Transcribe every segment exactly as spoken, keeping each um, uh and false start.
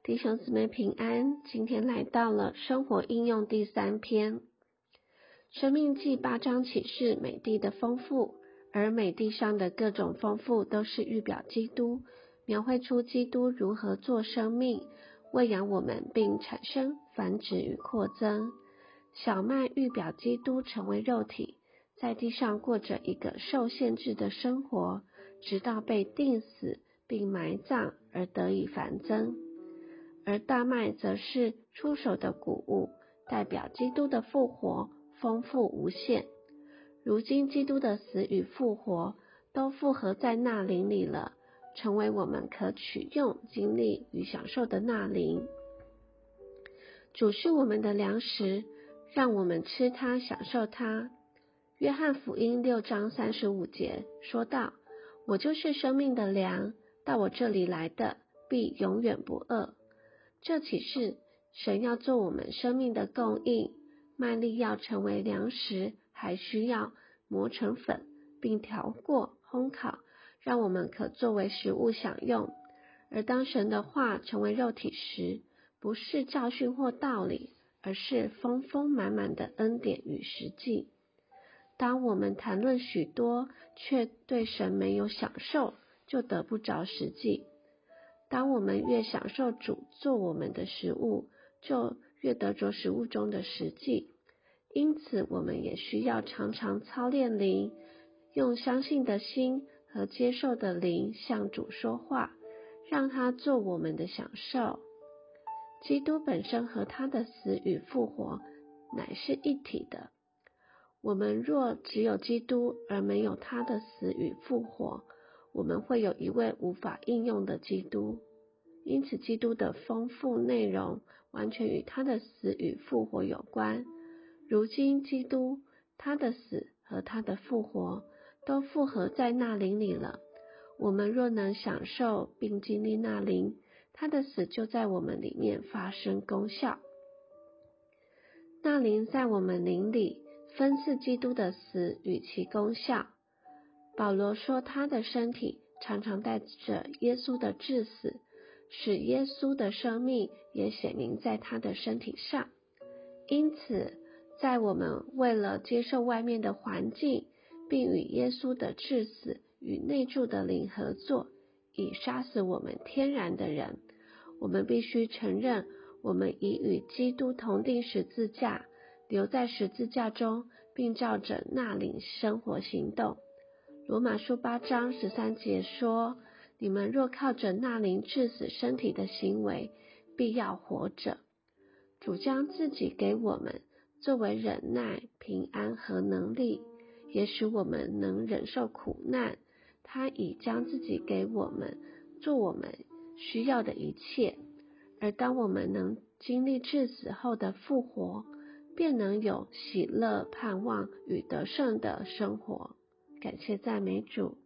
弟兄姊妹平安，今天来到了生活应用第三篇。生命记八章启示美地的丰富，而美地上的各种丰富都是预表基督，描绘出基督如何做生命，喂养我们并产生繁殖与扩增。小麦预表基督成为肉体，在地上过着一个受限制的生活，直到被钉死并埋葬而得以繁增。而大麦则是出手的谷物，代表基督的复活，丰富无限。如今基督的死与复活都复合在那灵里了，成为我们可取用、经历与享受的那灵。主是我们的粮食，让我们吃它，享受它。约翰福音六章三十五节说道：我就是生命的粮，到我这里来的必永远不饿。这启示神要做我们生命的供应，麦粒要成为粮食，还需要磨成粉，并调过烘烤，让我们可作为食物享用。而当神的话成为肉体时，不是教训或道理，而是丰丰满满的恩典与实际。当我们谈论许多，却对神没有享受，就得不着实际。当我们越享受主做我们的食物，就越得着食物中的实际。因此我们也需要常常操练灵，用相信的心和接受的灵向主说话，让他做我们的享受。基督本身和他的死与复活乃是一体的。我们若只有基督而没有他的死与复活，我们会有一位无法应用的基督。因此基督的丰富内容完全与他的死与复活有关。如今基督、他的死和他的复活都复合在那灵里了。我们若能享受并经历那灵，他的死就在我们里面发生功效。那灵在我们灵里分赐基督的死与其功效。保罗说他的身体常常带着耶稣的致死，使耶稣的生命也显明在他的身体上。因此在我们为了接受外面的环境，并与耶稣的致死与内住的灵合作，以杀死我们天然的人，我们必须承认我们已与基督同定十字架，留在十字架中，并照着那灵生活行动。罗马书八章十三节说：你们若靠着那灵治死身体的行为，必要活着。主将自己给我们，作为忍耐、平安和能力，也使我们能忍受苦难。他已将自己给我们，做我们需要的一切。而当我们能经历致死后的复活，便能有喜乐、盼望与得胜的生活。感谢赞美主。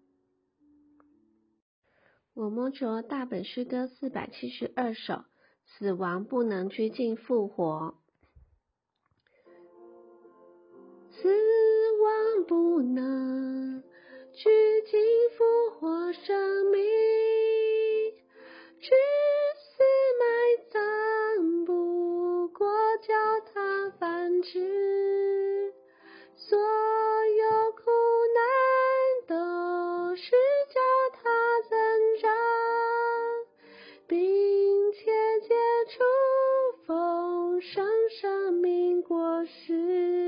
我摸着大本诗歌四百七十二首，死亡不能拘禁复活。死亡不能拘禁复活生命，致死埋葬不过叫它繁殖，所有苦难都是叫它增长，并且结出丰盛生命果实。